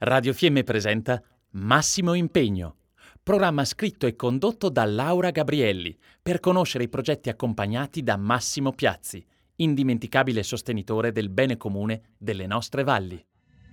Radio Fiemme presenta Massimo Impegno, programma scritto e condotto da Laura Gabrielli per conoscere i progetti accompagnati da Massimo Piazzi, indimenticabile sostenitore del bene comune delle nostre valli.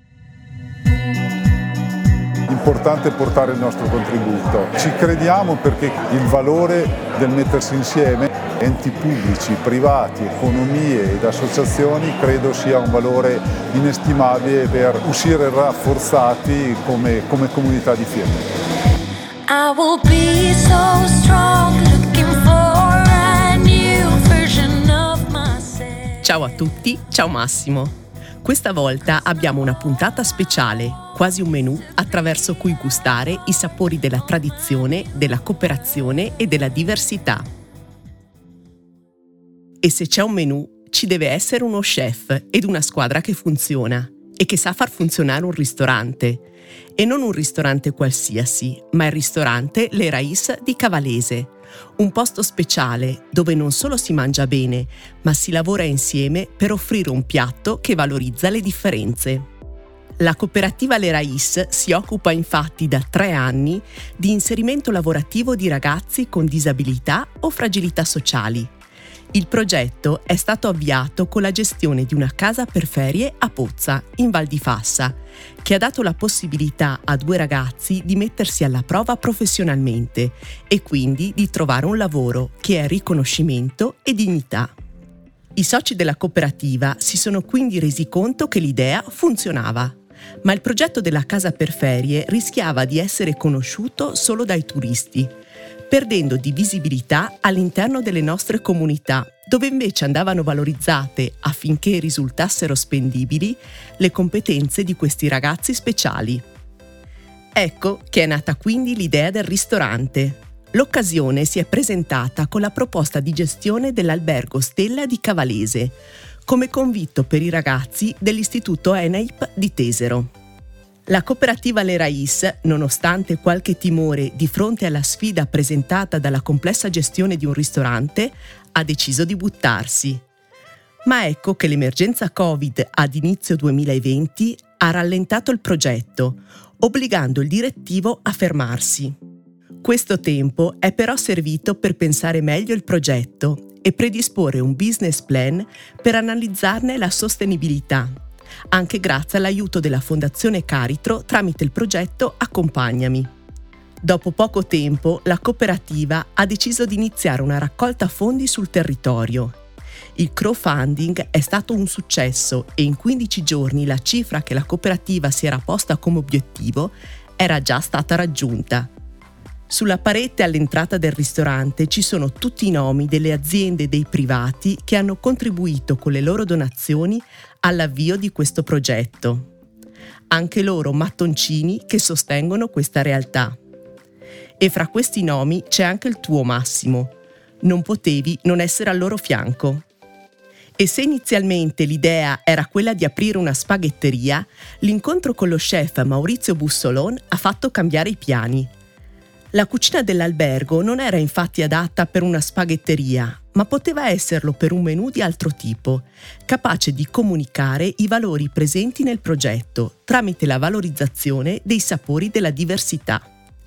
Importante portare il nostro contributo. Ci crediamo perché il valore del mettersi insieme, enti pubblici, privati, economie ed associazioni, credo sia un valore inestimabile per uscire rafforzati come comunità di Fiemme. I will be so strong, looking for a new version of myself. Ciao a tutti, ciao Massimo. Questa volta abbiamo una puntata speciale, quasi un menù attraverso cui gustare i sapori della tradizione, della cooperazione e della diversità. E se c'è un menù, ci deve essere uno chef ed una squadra che funziona e che sa far funzionare un ristorante. E non un ristorante qualsiasi, ma il ristorante Le Rais di Cavalese. Un posto speciale dove non solo si mangia bene, ma si lavora insieme per offrire un piatto che valorizza le differenze. La cooperativa Le Rais si occupa infatti da 3 anni di inserimento lavorativo di ragazzi con disabilità o fragilità sociali. Il progetto è stato avviato con la gestione di una casa per ferie a Pozza, in Val di Fassa, che ha dato la possibilità a 2 ragazzi di mettersi alla prova professionalmente e quindi di trovare un lavoro che è riconoscimento e dignità. I soci della cooperativa si sono quindi resi conto che l'idea funzionava, ma il progetto della casa per ferie rischiava di essere conosciuto solo dai turisti, perdendo di visibilità all'interno delle nostre comunità, dove invece andavano valorizzate, affinché risultassero spendibili, le competenze di questi ragazzi speciali. Ecco che è nata quindi l'idea del ristorante. L'occasione si è presentata con la proposta di gestione dell'albergo Stella di Cavalese, come convitto per i ragazzi dell'Istituto ENAIP di Tesero. La cooperativa Le Rais, nonostante qualche timore di fronte alla sfida presentata dalla complessa gestione di un ristorante, ha deciso di buttarsi. Ma ecco che l'emergenza Covid ad inizio 2020 ha rallentato il progetto, obbligando il direttivo a fermarsi. Questo tempo è però servito per pensare meglio il progetto e predisporre un business plan per analizzarne la sostenibilità, anche grazie all'aiuto della Fondazione Caritro tramite il progetto Accompagnami. Dopo poco tempo, la cooperativa ha deciso di iniziare una raccolta fondi sul territorio. Il crowdfunding è stato un successo e in 15 giorni la cifra che la cooperativa si era posta come obiettivo era già stata raggiunta. Sulla parete all'entrata del ristorante ci sono tutti i nomi delle aziende e dei privati che hanno contribuito con le loro donazioni all'avvio di questo progetto. Anche loro mattoncini che sostengono questa realtà. E fra questi nomi c'è anche il tuo, Massimo. Non potevi non essere al loro fianco. E se inizialmente l'idea era quella di aprire una spaghetteria, l'incontro con lo chef Maurizio Bussolon ha fatto cambiare i piani. La cucina dell'albergo non era infatti adatta per una spaghetteria, ma poteva esserlo per un menù di altro tipo, capace di comunicare i valori presenti nel progetto tramite la valorizzazione dei sapori della diversità.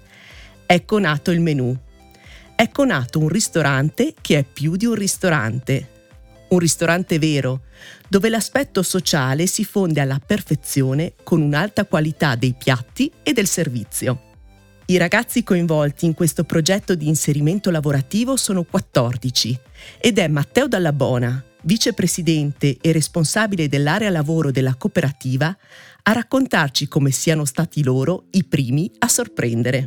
Ecco nato il menù. Ecco nato un ristorante che è più di un ristorante. Un ristorante vero, dove l'aspetto sociale si fonde alla perfezione con un'alta qualità dei piatti e del servizio. I ragazzi coinvolti in questo progetto di inserimento lavorativo sono 14 ed è Matteo Dallabona, vicepresidente e responsabile dell'area lavoro della cooperativa, a raccontarci come siano stati loro i primi a sorprendere.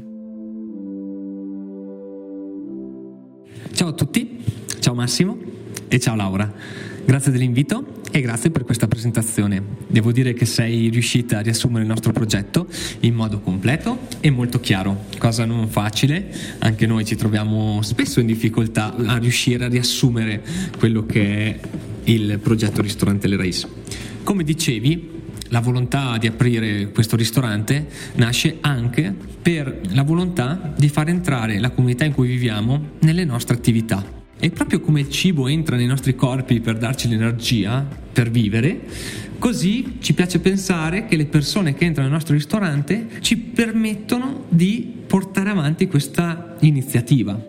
Ciao a tutti, ciao Massimo e ciao Laura. Grazie dell'invito e grazie per questa presentazione. Devo dire che sei riuscita a riassumere il nostro progetto in modo completo e molto chiaro, cosa non facile. Anche noi ci troviamo spesso in difficoltà a riuscire a riassumere quello che è il progetto Ristorante Le Rais. Come dicevi, la volontà di aprire questo ristorante nasce anche per la volontà di far entrare la comunità in cui viviamo nelle nostre attività. E proprio come il cibo entra nei nostri corpi per darci l'energia per vivere, Così ci piace pensare che le persone che entrano nel nostro ristorante ci permettono di portare avanti questa iniziativa.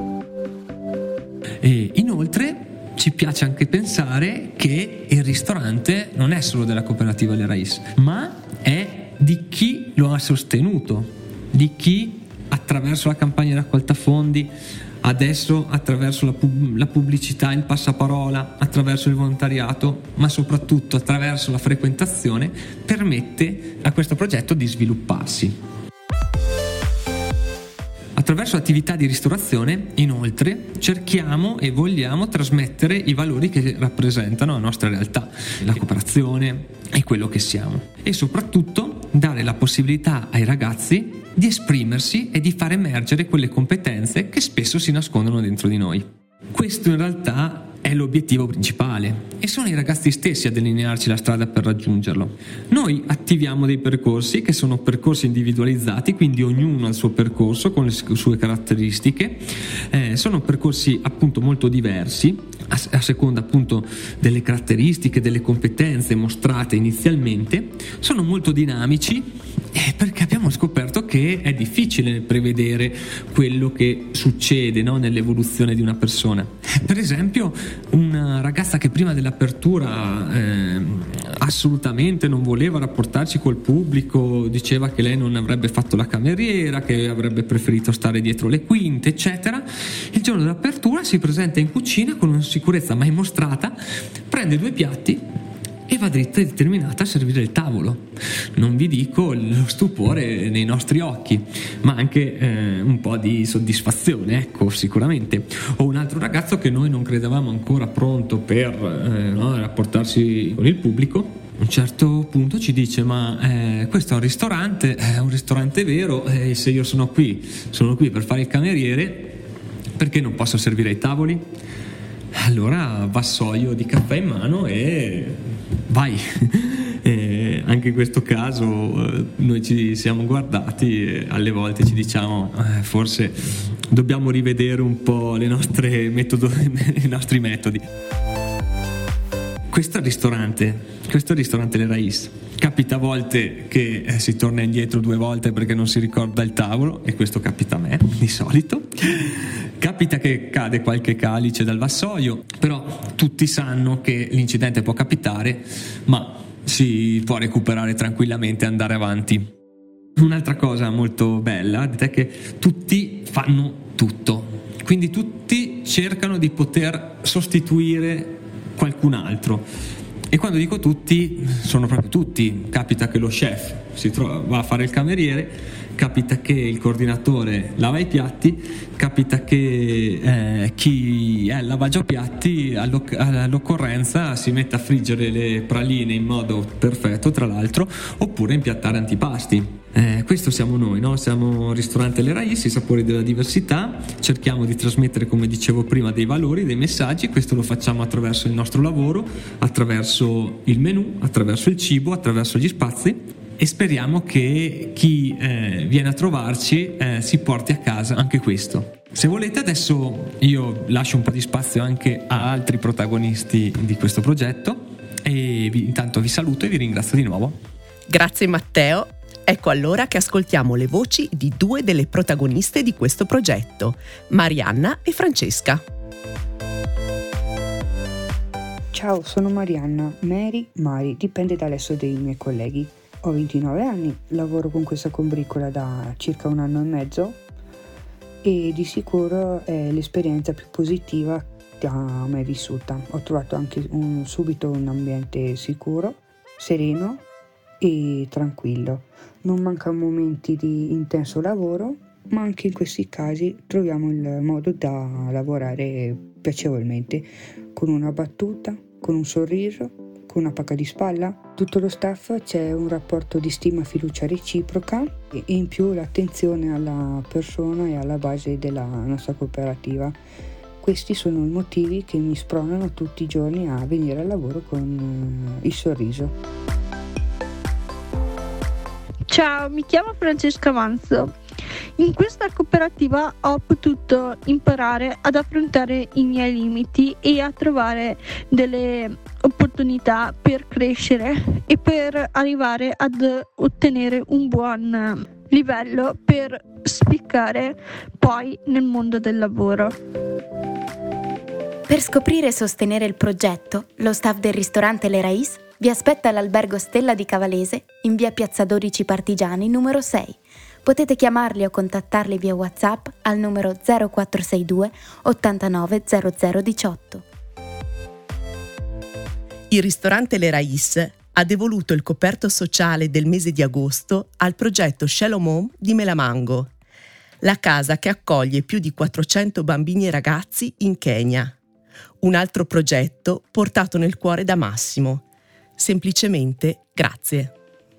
E inoltre ci piace anche pensare che il ristorante non è solo della cooperativa Le Raiz, ma è di chi lo ha sostenuto, di chi attraverso la campagna di raccolta fondi, adesso attraverso la pubblicità, il passaparola, attraverso il volontariato, ma soprattutto attraverso la frequentazione, permette a questo progetto di svilupparsi. Attraverso l'attività di ristorazione, inoltre, cerchiamo e vogliamo trasmettere i valori che rappresentano la nostra realtà, la cooperazione e quello che siamo. E soprattutto dare la possibilità ai ragazzi di esprimersi e di far emergere quelle competenze che spesso si nascondono dentro di noi. Questo in realtà è l'obiettivo principale e sono i ragazzi stessi a delinearci la strada per raggiungerlo. Noi attiviamo dei percorsi che sono percorsi individualizzati, quindi ognuno ha il suo percorso con le sue caratteristiche, sono percorsi appunto molto diversi a seconda appunto delle caratteristiche, delle competenze mostrate inizialmente, sono molto dinamici perché abbiamo scoperto che è difficile prevedere quello che succede, no, nell'evoluzione di una persona. Per esempio, una ragazza che prima dell'apertura assolutamente non voleva rapportarsi col pubblico, diceva che lei non avrebbe fatto la cameriera, che avrebbe preferito stare dietro le quinte, eccetera. Il giorno dell'apertura si presenta in cucina con una sicurezza mai mostrata, prende 2 piatti e va dritta e determinata a servire il tavolo. Non vi dico lo stupore nei nostri occhi, ma anche un po' di soddisfazione, ecco, sicuramente. O un altro ragazzo che noi non credevamo ancora pronto per rapportarsi con il pubblico, a un certo punto ci dice: ma questo è un ristorante vero, e se io sono qui per fare il cameriere, perché non posso servire ai tavoli? Allora vassoio di caffè in mano e vai. Anche in questo caso noi ci siamo guardati e alle volte ci diciamo forse dobbiamo rivedere un po' i nostri metodi. Questo è il ristorante Le Raiz. Capita a volte che si torna indietro 2 volte perché non si ricorda il tavolo, e questo capita a me di solito. Capita che cade qualche calice dal vassoio, però tutti sanno che l'incidente può capitare, ma si può recuperare tranquillamente e andare avanti. Un'altra cosa molto bella è che tutti fanno tutto, quindi tutti cercano di poter sostituire qualcun altro. E quando dico tutti, sono proprio tutti. Capita che lo chef va a fare il cameriere, capita che il coordinatore lava i piatti, capita che chi è al lavaggio piatti all'occorrenza si mette a friggere le praline in modo perfetto, tra l'altro, oppure impiattare antipasti. Questo siamo noi, no? Siamo ristorante Le Raiz, i sapori della diversità. Cerchiamo di trasmettere, come dicevo prima, dei valori, dei messaggi. Questo lo facciamo attraverso il nostro lavoro, attraverso il menù, attraverso il cibo, attraverso gli spazi, e speriamo che chi viene a trovarci si porti a casa anche questo. Se volete, adesso io lascio un po' di spazio anche a altri protagonisti di questo progetto e intanto vi saluto e vi ringrazio di nuovo. Grazie Matteo. Ecco allora che ascoltiamo le voci di 2 delle protagoniste di questo progetto, Marianna e Francesca. Ciao, sono Marianna. Mari, dipende adesso dei miei colleghi. Ho 29 anni, lavoro con questa combricola da circa 1 anno e mezzo e di sicuro è l'esperienza più positiva da mai vissuta. Ho trovato anche subito un ambiente sicuro, sereno e tranquillo. Non mancano momenti di intenso lavoro, ma anche in questi casi troviamo il modo da lavorare piacevolmente, con una battuta, con un sorriso, con una pacca di spalla. Tutto lo staff, c'è un rapporto di stima e fiducia reciproca e in più l'attenzione alla persona è alla base della nostra cooperativa. Questi sono i motivi che mi spronano tutti i giorni a venire al lavoro con il sorriso. Ciao, mi chiamo Francesca Manzo. In questa cooperativa ho potuto imparare ad affrontare i miei limiti e a trovare delle opportunità opportunità per crescere e per arrivare ad ottenere un buon livello per spiccare poi nel mondo del lavoro. Per scoprire e sostenere il progetto, lo staff del ristorante Le Rais vi aspetta all'albergo Stella di Cavalese in via Piazza 12 Partigiani numero 6. Potete chiamarli o contattarli via WhatsApp al numero 0462 89 0018. Il ristorante Le Rais ha devoluto il coperto sociale del mese di agosto al progetto Shalom Home di Melamango, la casa che accoglie più di 400 bambini e ragazzi in Kenya. Un altro progetto portato nel cuore da Massimo. Semplicemente grazie.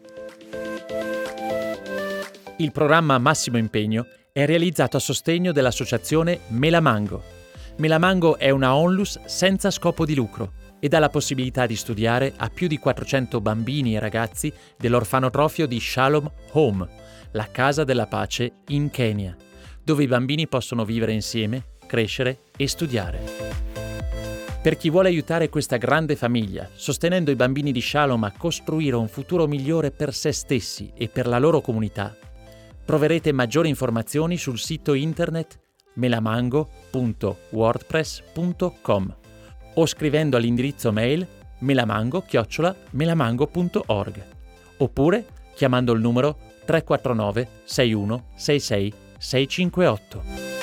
Il programma Massimo Impegno è realizzato a sostegno dell'associazione Melamango. Melamango è una onlus senza scopo di lucro e dà la possibilità di studiare a più di 400 bambini e ragazzi dell'orfanotrofio di Shalom Home, la casa della pace in Kenya, dove i bambini possono vivere insieme, crescere e studiare. Per chi vuole aiutare questa grande famiglia, sostenendo i bambini di Shalom a costruire un futuro migliore per se stessi e per la loro comunità, troverete maggiori informazioni sul sito internet melamango.wordpress.com o scrivendo all'indirizzo mail melamango@melamango.org oppure chiamando il numero 349 61 66 658.